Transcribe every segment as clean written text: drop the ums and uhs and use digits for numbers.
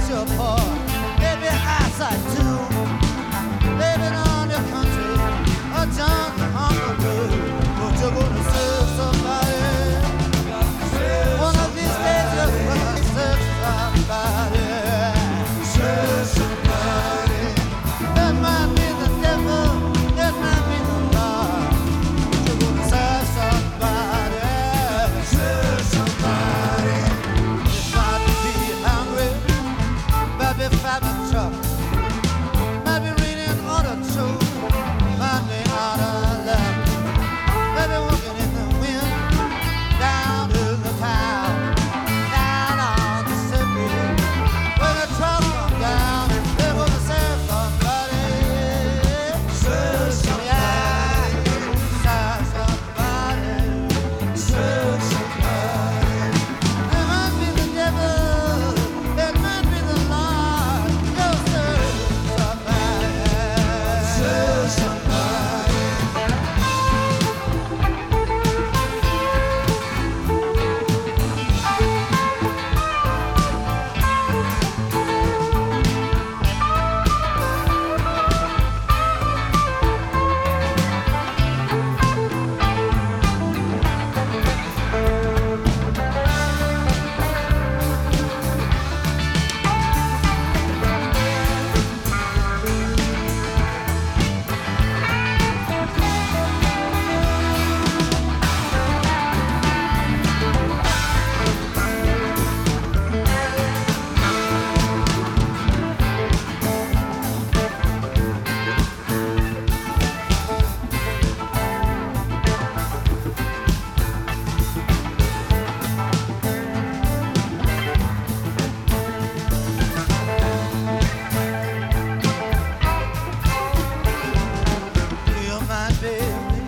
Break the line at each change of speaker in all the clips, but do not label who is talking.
your part. Maybe eyesight too. Living on your country, a junk on the road. But you're gonna serve somebody. One of these days you're gonna serve somebody. Serve somebody. That might be the devil, that might be the Lord. But you're gonna serve somebody. Serve somebody. You might be hungry, might be fighting truck, might be reading on a show, might be out of luck, might be walking in the wind, down to the town, down on the circuit. When the truck comes down, they're gonna serve somebody. Serve somebody. Serve somebody. Serve somebody. It might be the devil, it might be the Lord. You'll serve somebody. Serve somebody. You might be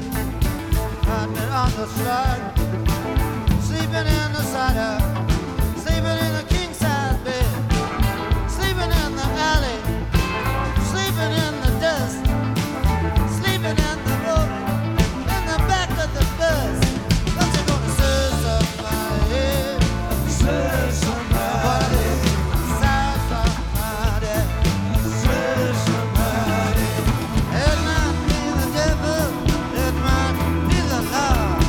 on the slide, sleeping in the cider, sleeping in a king size bed, sleeping in the alley, sleeping in the dust, sleeping in the road, in the back of the bus. But you're gonna serve somebody. Serve somebody. Serve somebody. Serve somebody. It might be the devil, it might be the Lord.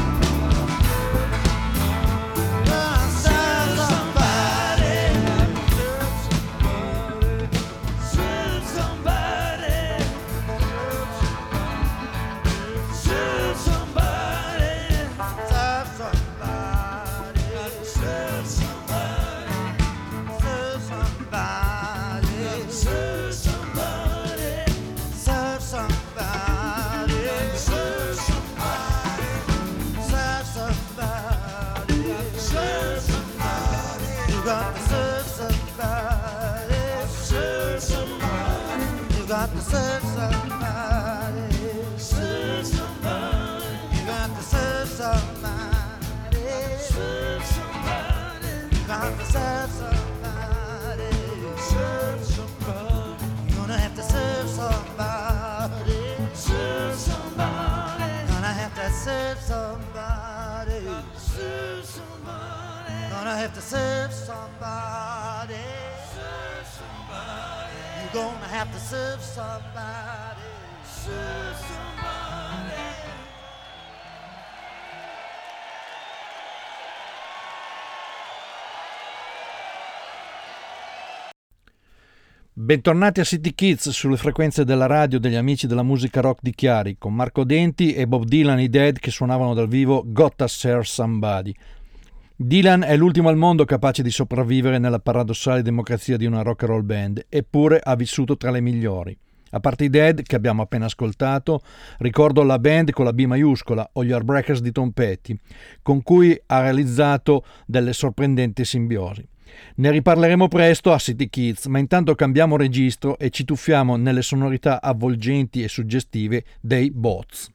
Serve somebody. Serve somebody. Serve somebody. Serve somebody. Serve somebody. Serve somebody. Serve somebody. Serve somebody. Serve somebody. Serve somebody. Serve somebody. You got to serve somebody. Serve somebody. You got to serve somebody. Serve somebody. You got to serve somebody. Serve somebody. You got to serve somebody. Serve somebody. You're gonna have to serve somebody. Serve somebody. Gonna have to serve somebody. Serve somebody. Gonna have to serve somebody. Serve somebody. You're gonna have to serve somebody. Serve somebody.
Bentornati a City Kids sulle frequenze della radio degli amici della musica rock di Chiari, con Marco Denti e Bob Dylan i Dead che suonavano dal vivo Gotta Serve Somebody. Dylan è l'ultimo al mondo capace di sopravvivere nella paradossale democrazia di una rock and roll band, eppure ha vissuto tra le migliori. A parte i Dead, che abbiamo appena ascoltato, ricordo la band con la B maiuscola, o gli Heartbreakers di Tom Petty, con cui ha realizzato delle sorprendenti simbiosi. Ne riparleremo presto a City Kids, ma intanto cambiamo registro e ci tuffiamo nelle sonorità avvolgenti e suggestive dei Bots.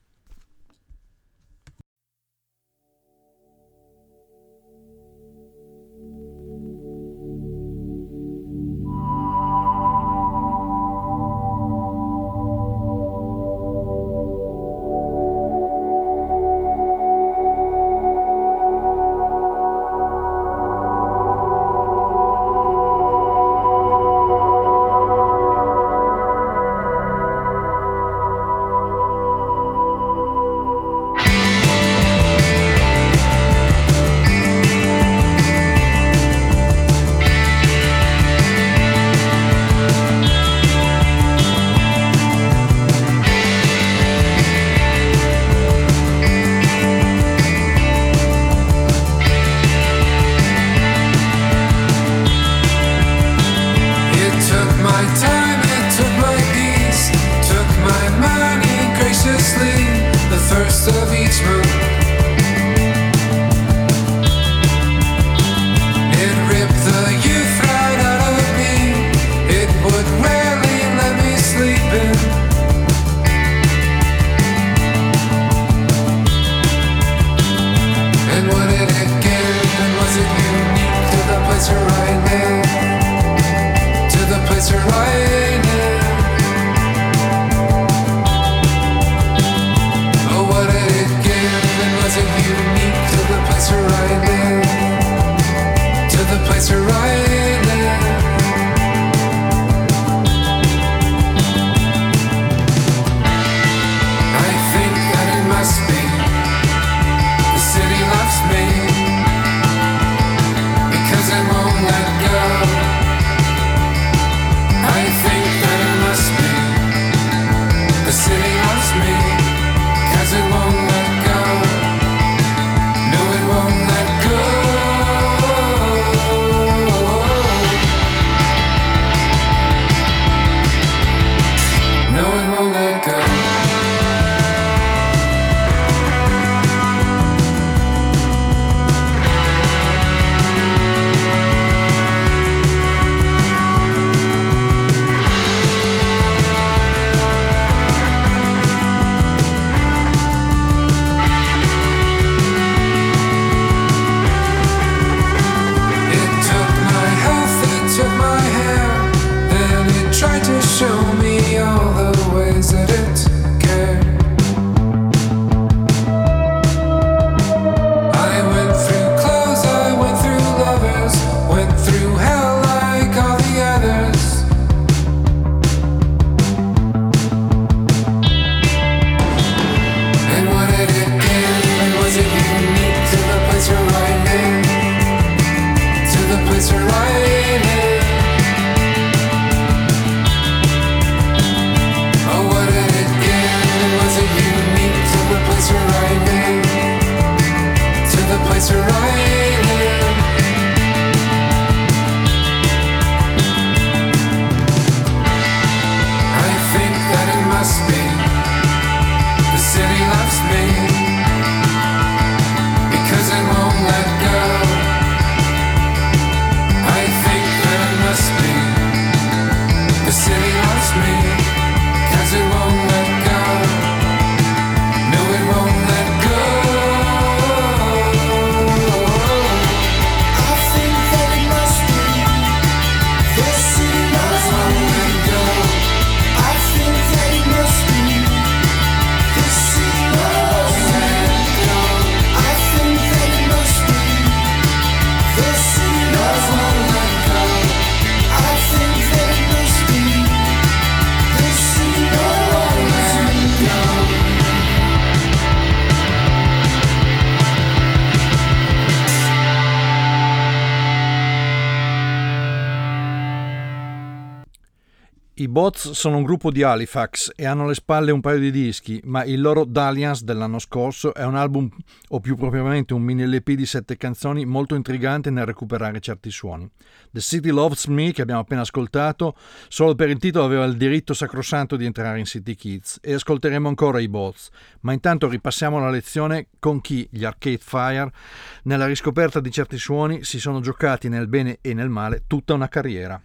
I Bots sono un gruppo di Halifax e hanno alle spalle un paio di dischi, ma il loro Dalliance dell'anno scorso è un album, o più propriamente un mini LP di 7 canzoni molto intrigante nel recuperare certi suoni. The City Loves Me, che abbiamo appena ascoltato, solo per il titolo aveva il diritto sacrosanto di entrare in City Kids, e ascolteremo ancora i Bots, ma intanto ripassiamo la lezione con chi gli Arcade Fire, nella riscoperta di certi suoni, si sono giocati nel bene e nel male tutta una carriera.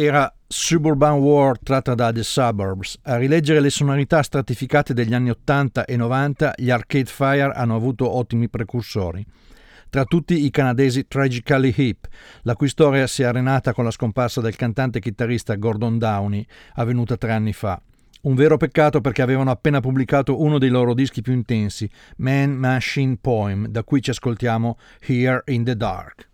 era Suburban War tratta da The Suburbs. A rileggere le sonorità stratificate degli anni 80 e 90, gli Arcade Fire hanno avuto ottimi precursori. Tra tutti i canadesi Tragically Hip, la cui storia si è arenata con la scomparsa del cantante e chitarrista Gordon Downey, avvenuta 3 anni fa. Un vero peccato perché avevano appena pubblicato uno dei loro dischi più intensi, Man Machine Poem, da cui ci ascoltiamo Here in the Dark.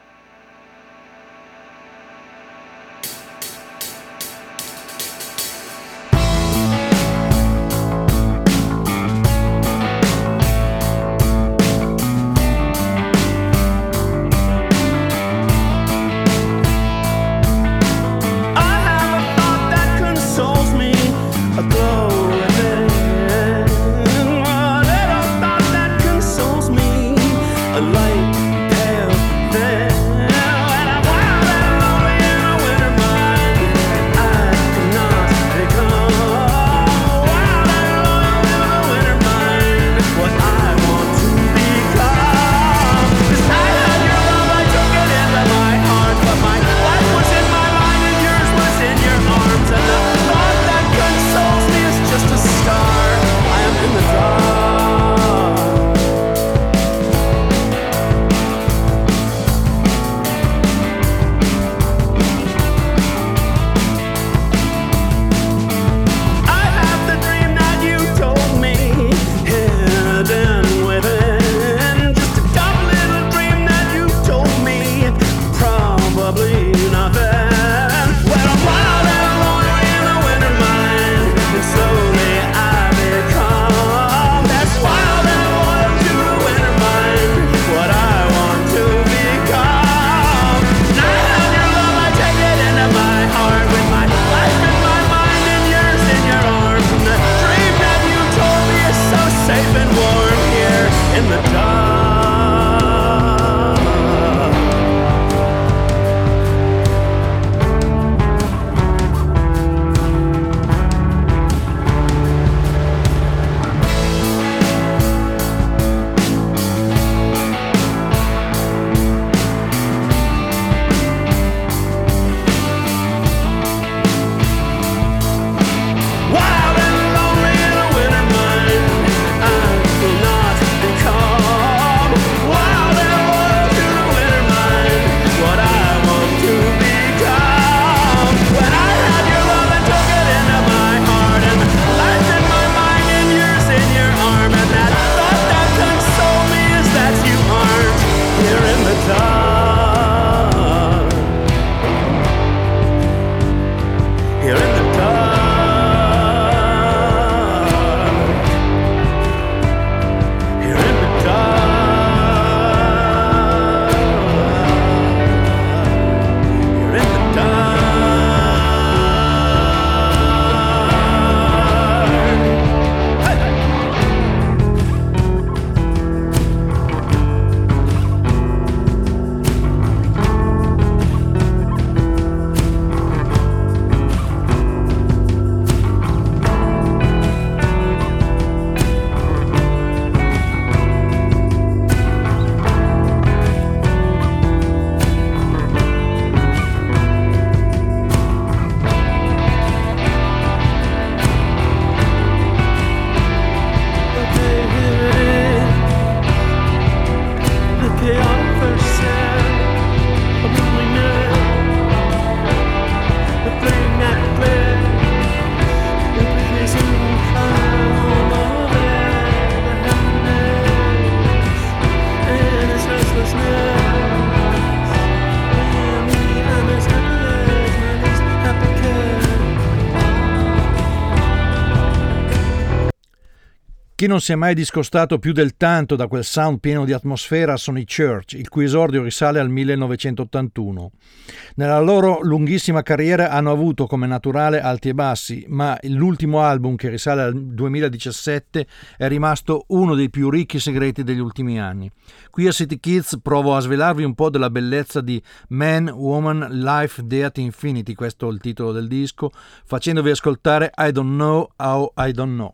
Chi non si è mai discostato più del tanto da quel sound pieno di atmosfera sono i Church, il cui esordio risale al 1981. Nella loro lunghissima carriera hanno avuto come naturale alti e bassi, ma l'ultimo album, che risale al 2017, è rimasto uno dei più ricchi segreti degli ultimi anni. Qui a City Kids provo a svelarvi un po' della bellezza di Man, Woman, Life, Death, Infinity, questo è il titolo del disco, facendovi ascoltare I Don't Know How I Don't Know.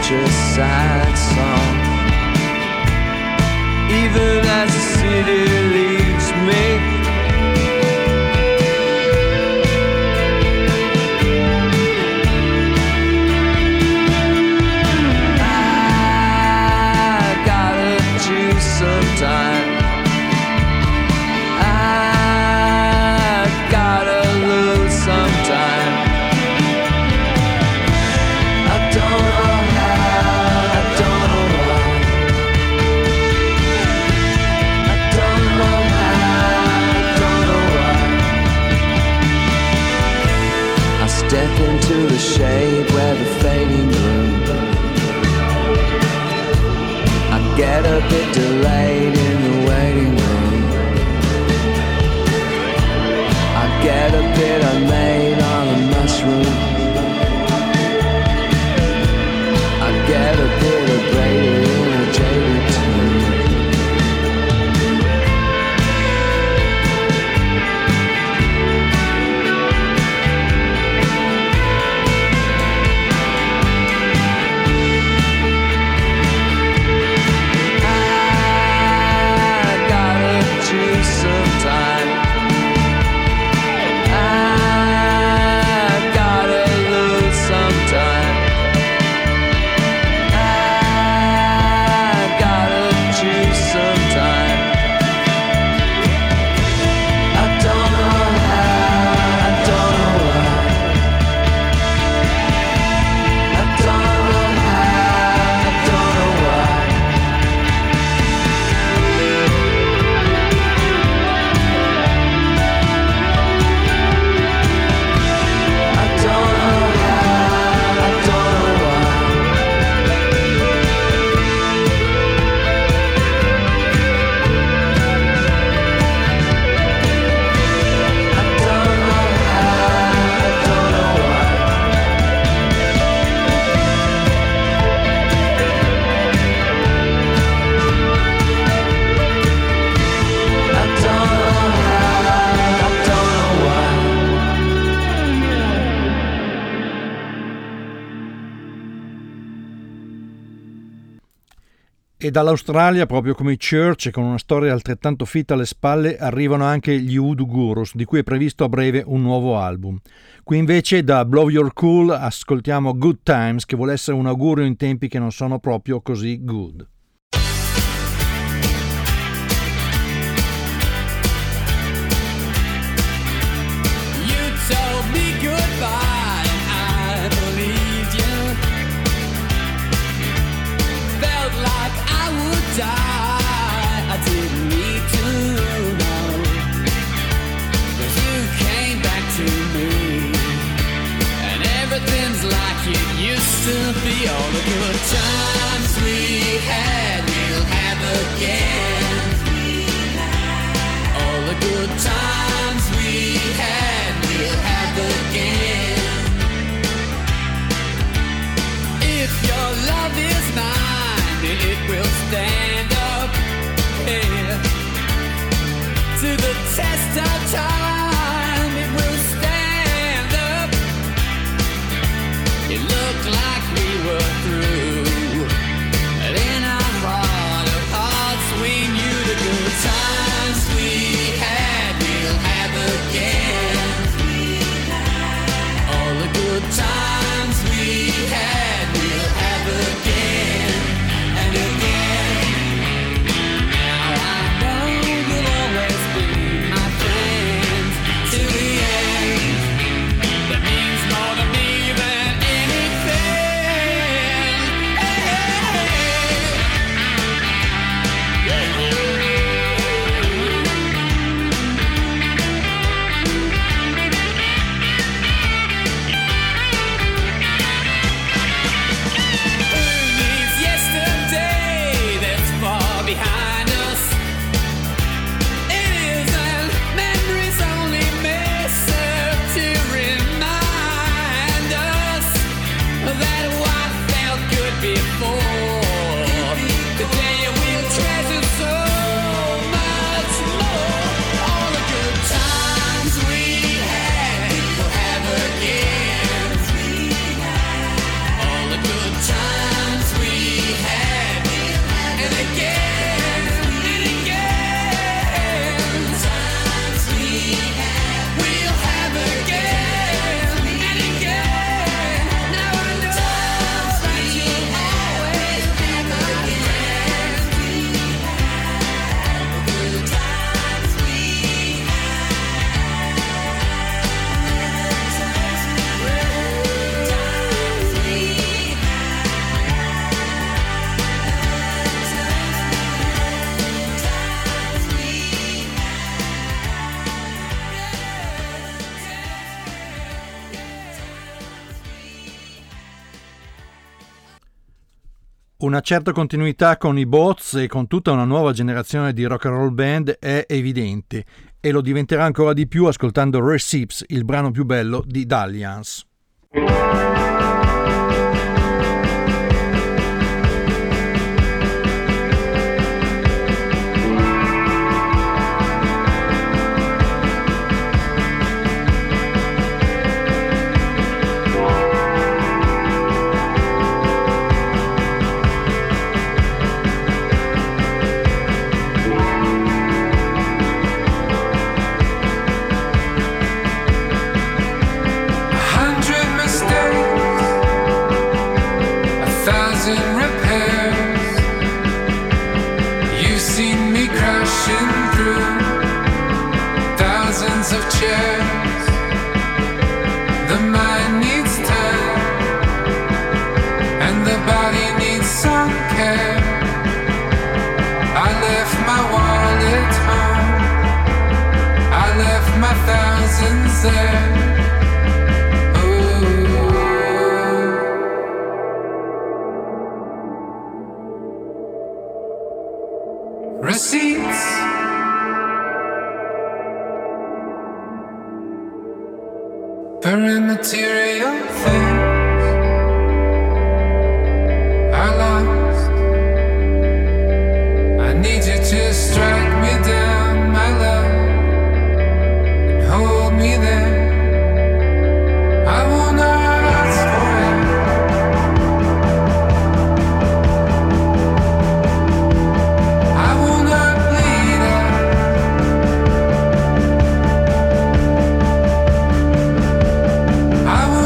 such a sad song. Even as the city leaves me, I gotta choose sometime. I gotta lose sometime. I don't know how, I don't know why. I don't know how, I don't know why. I step into the shade where the fading gloom. I get a bit delayed in the waiting room. I get a bit unmade on a mushroom. I get a bit abraded in a jaded tune. I gotta choose sometime. I gotta lose sometime. I gotta choose sometime. I don't know how, I don't know why. I don't know how, I don't know why. I don't know how, I don't know why. I don't know how, I don't know why. I don't know how, I don't know why.
E dall'Australia, proprio come i Church e con una storia altrettanto fitta alle spalle, arrivano anche gli Voodoo Gurus, di cui è previsto a breve un nuovo album. Qui invece da Blow Your Cool ascoltiamo Good Times, che vuole essere un augurio in tempi che non sono proprio così good.
You told me goodbye and I believed you. Felt like I would die. I didn't need to know. 'Cause you came back to me and everything's like it used to be. All the good times we had, we'll have again. All the good times we had, we'll have again. If your love is mine, it will stand up, yeah, to the test of time. It will stand up. It looked like we were through, but in our heart of hearts we knew the good times we had, we'll have again.
Una certa continuità con i Bots e con tutta una nuova generazione di rock and roll band è evidente, e lo diventerà ancora di più ascoltando Receipts, il brano più bello di Dalliance.
Of chairs, the mind needs time, and the body needs some care. I left my wallet home, I left my thousands there. Ooh. Receipts. For immaterial things I lost. I need you to strike me down, my love, and hold me there. I will not ask for it. I will not bleed out. I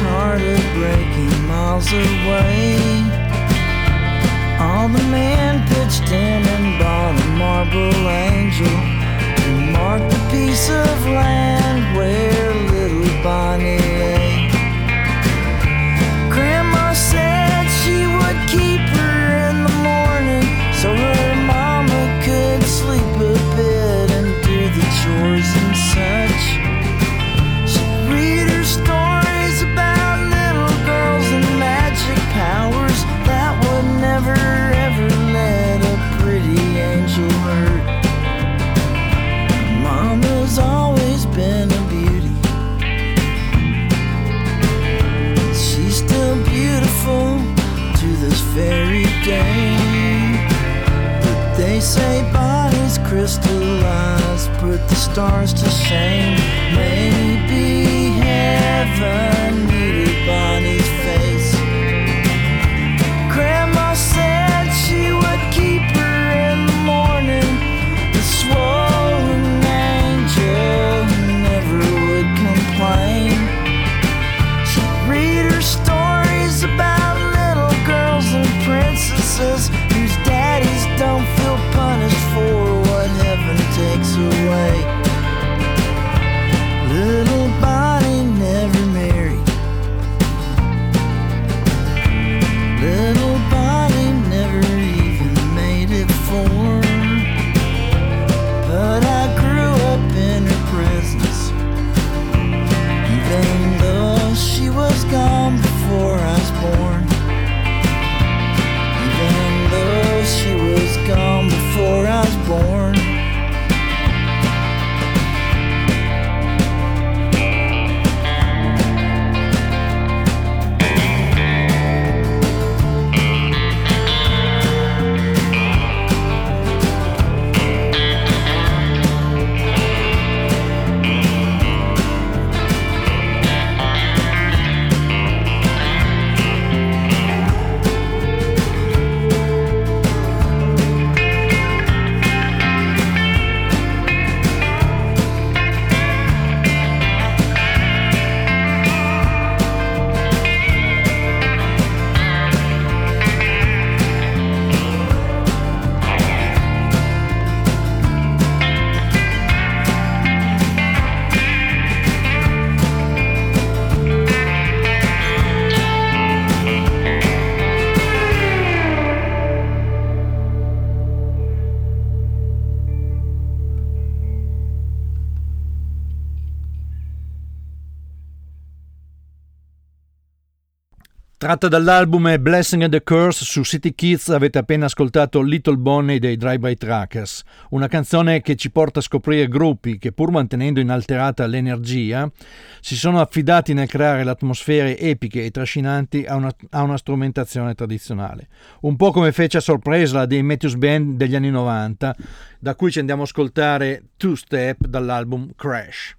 heart of breaking miles away. All the men pitched in and bought a marble angel and marked a piece of land where little Bonnie lay. Grandma said she would keep her in the morning so her mama could sleep a bit and do the chores and such. She'd read her stories about little girls and magic powers that would never ever let a pretty angel hurt. Mama's always been a beauty. She's still beautiful to this very day. But they say Bonnie's crystallized, put the stars to shame. Maybe heaven needed Bonnie's face. Grandma said she would keep her in the morning. The swollen angel never would complain. She'd read her stories about little girls and princesses whose daddies don't feel punished for what heaven takes away. Little Bonnie never married. Little Bonnie never even made it for. But I grew up in her presence, even though she was gone before I was born. Even though she was gone before I was born.
Tratta dall'album Blessing and the Curse, su City Kids avete appena ascoltato Little Bonnie dei Drive-By Truckers, una canzone che ci porta a scoprire gruppi che, pur mantenendo inalterata l'energia, si sono affidati nel creare le atmosfere epiche e trascinanti a una strumentazione tradizionale. Un po' come fece a sorpresa la dei Matthews Band degli anni 90, da cui ci andiamo a ascoltare Two Step dall'album Crash.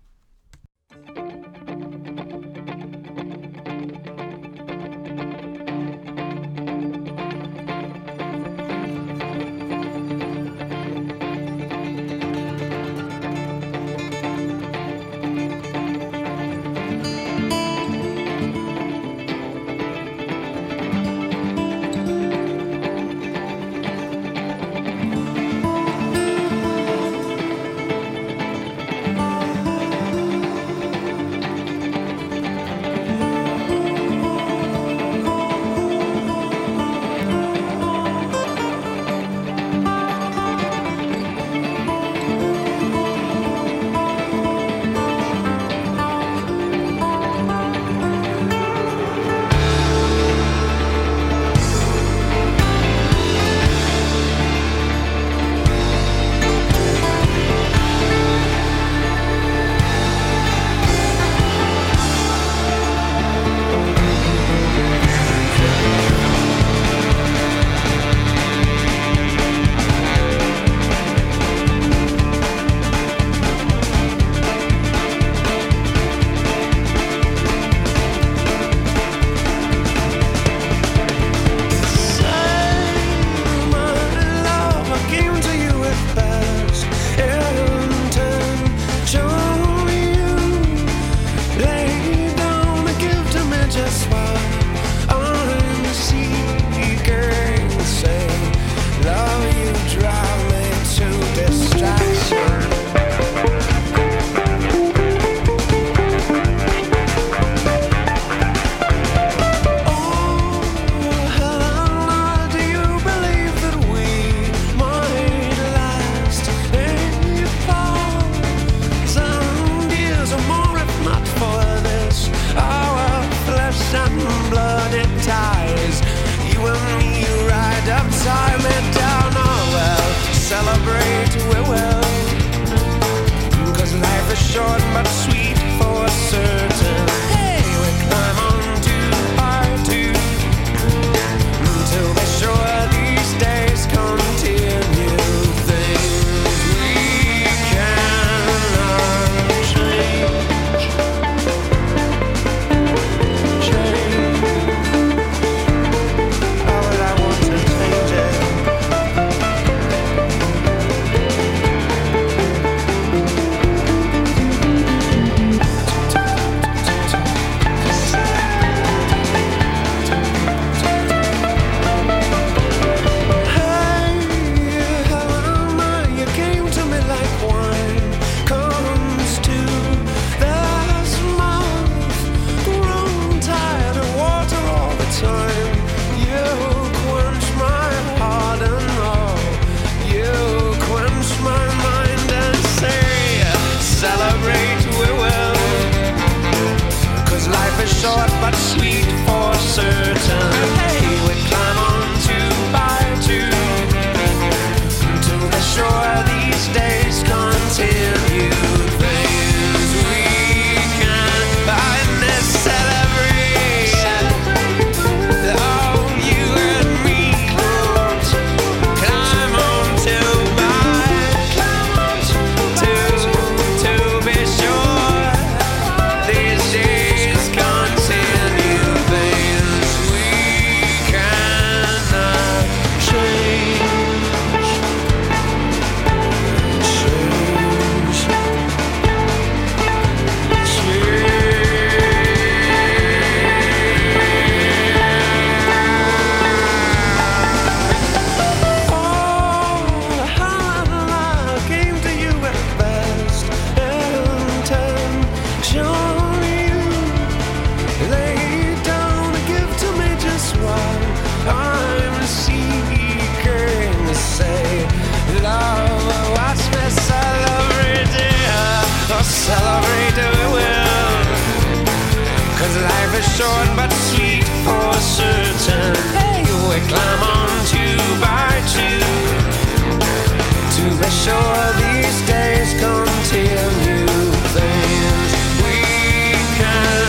short but sweet for certain. Hey, we climb on two by two to be sure these days continue. Things we can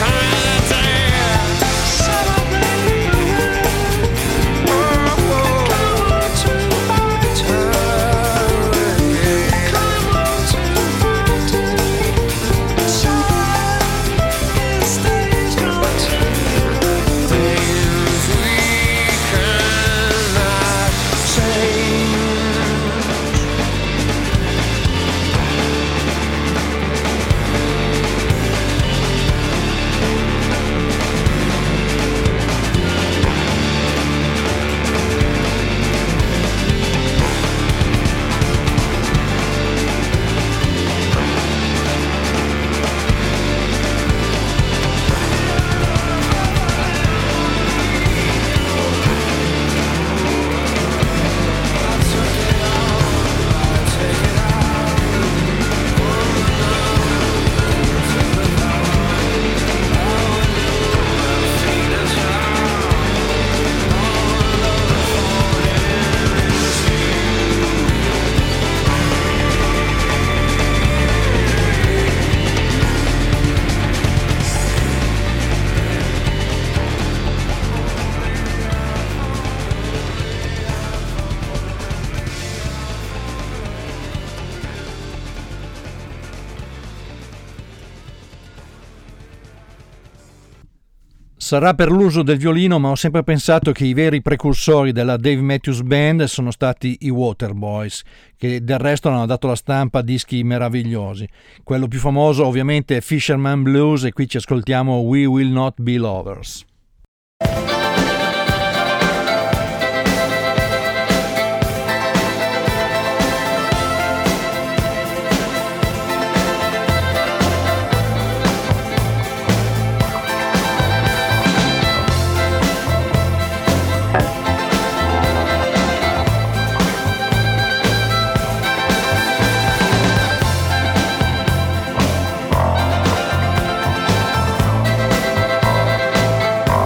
celebrate. Oh, oh, two by two. Climb on two by two. Sure, these days continue. Things we cannot change.
Sarà per l'uso del violino, ma ho sempre pensato che i veri precursori della Dave Matthews Band sono stati i Waterboys, che del resto hanno dato alla stampa dischi meravigliosi. Quello più famoso ovviamente è Fisherman Blues, e qui ci ascoltiamo We Will Not Be Lovers.
Oh,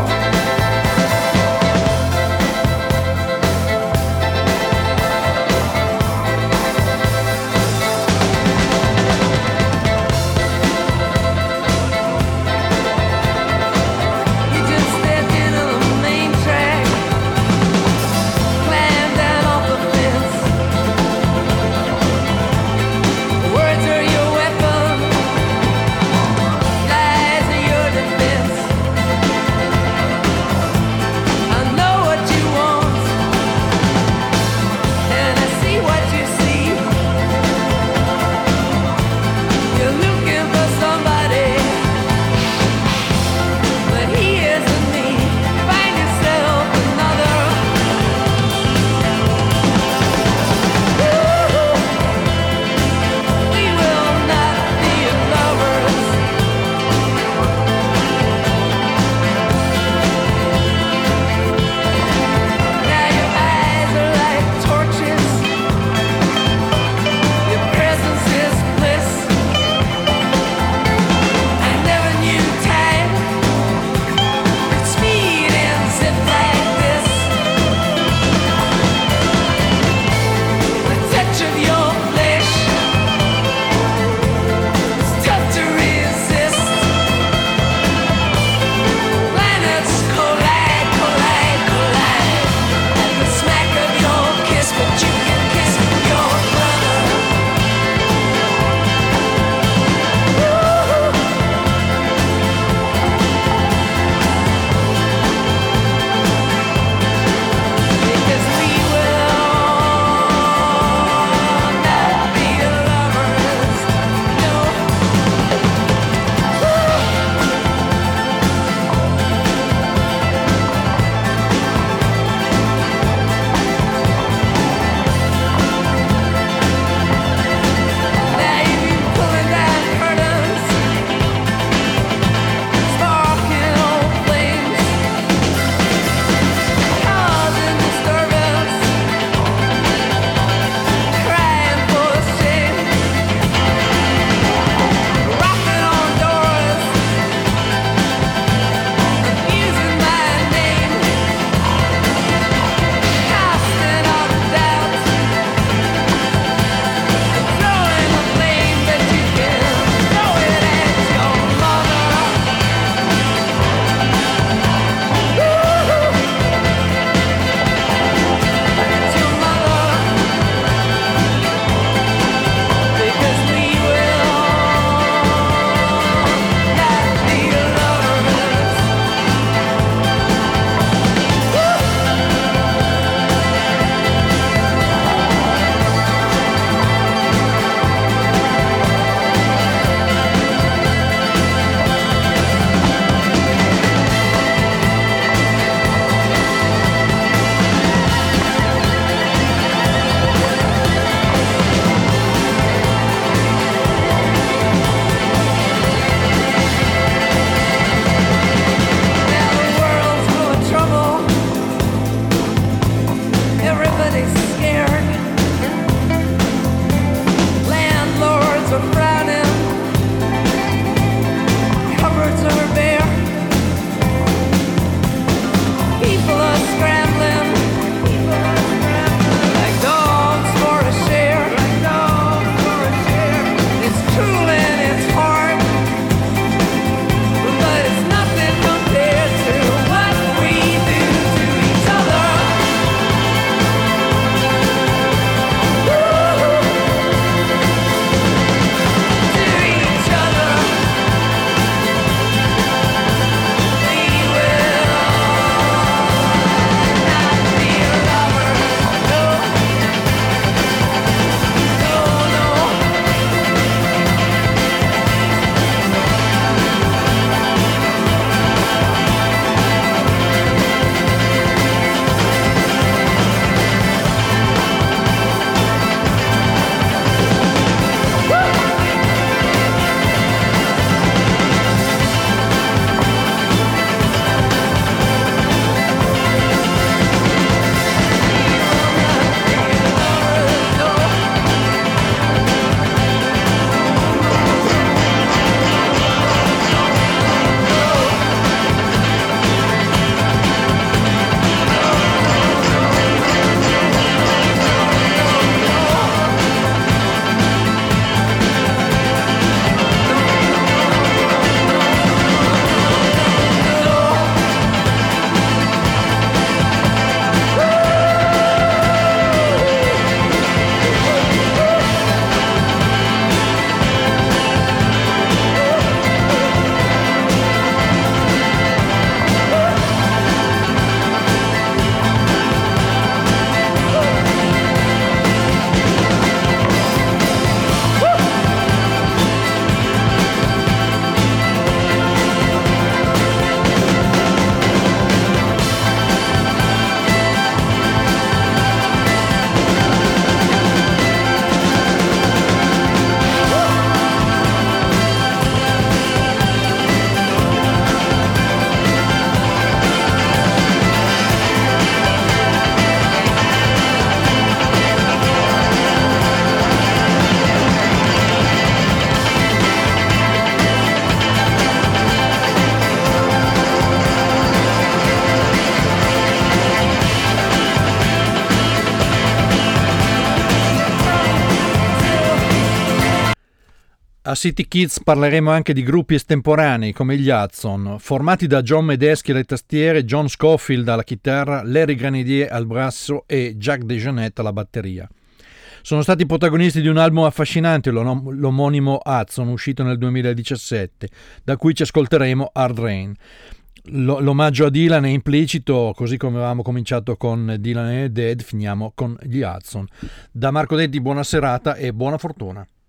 A City Kids parleremo anche di gruppi estemporanei come gli Hudson, formati da John Medeschi alle tastiere, John Scofield alla chitarra, Larry Granadier al basso e Jack DeJohnette alla batteria. Sono stati protagonisti di un album affascinante, l'omonimo Hudson, uscito nel 2017, da cui ci ascolteremo Hard Rain. L'omaggio a Dylan è implicito, così come avevamo cominciato con Dylan e Dead, finiamo con gli Hudson. Da Marco Denti buona serata e buona fortuna.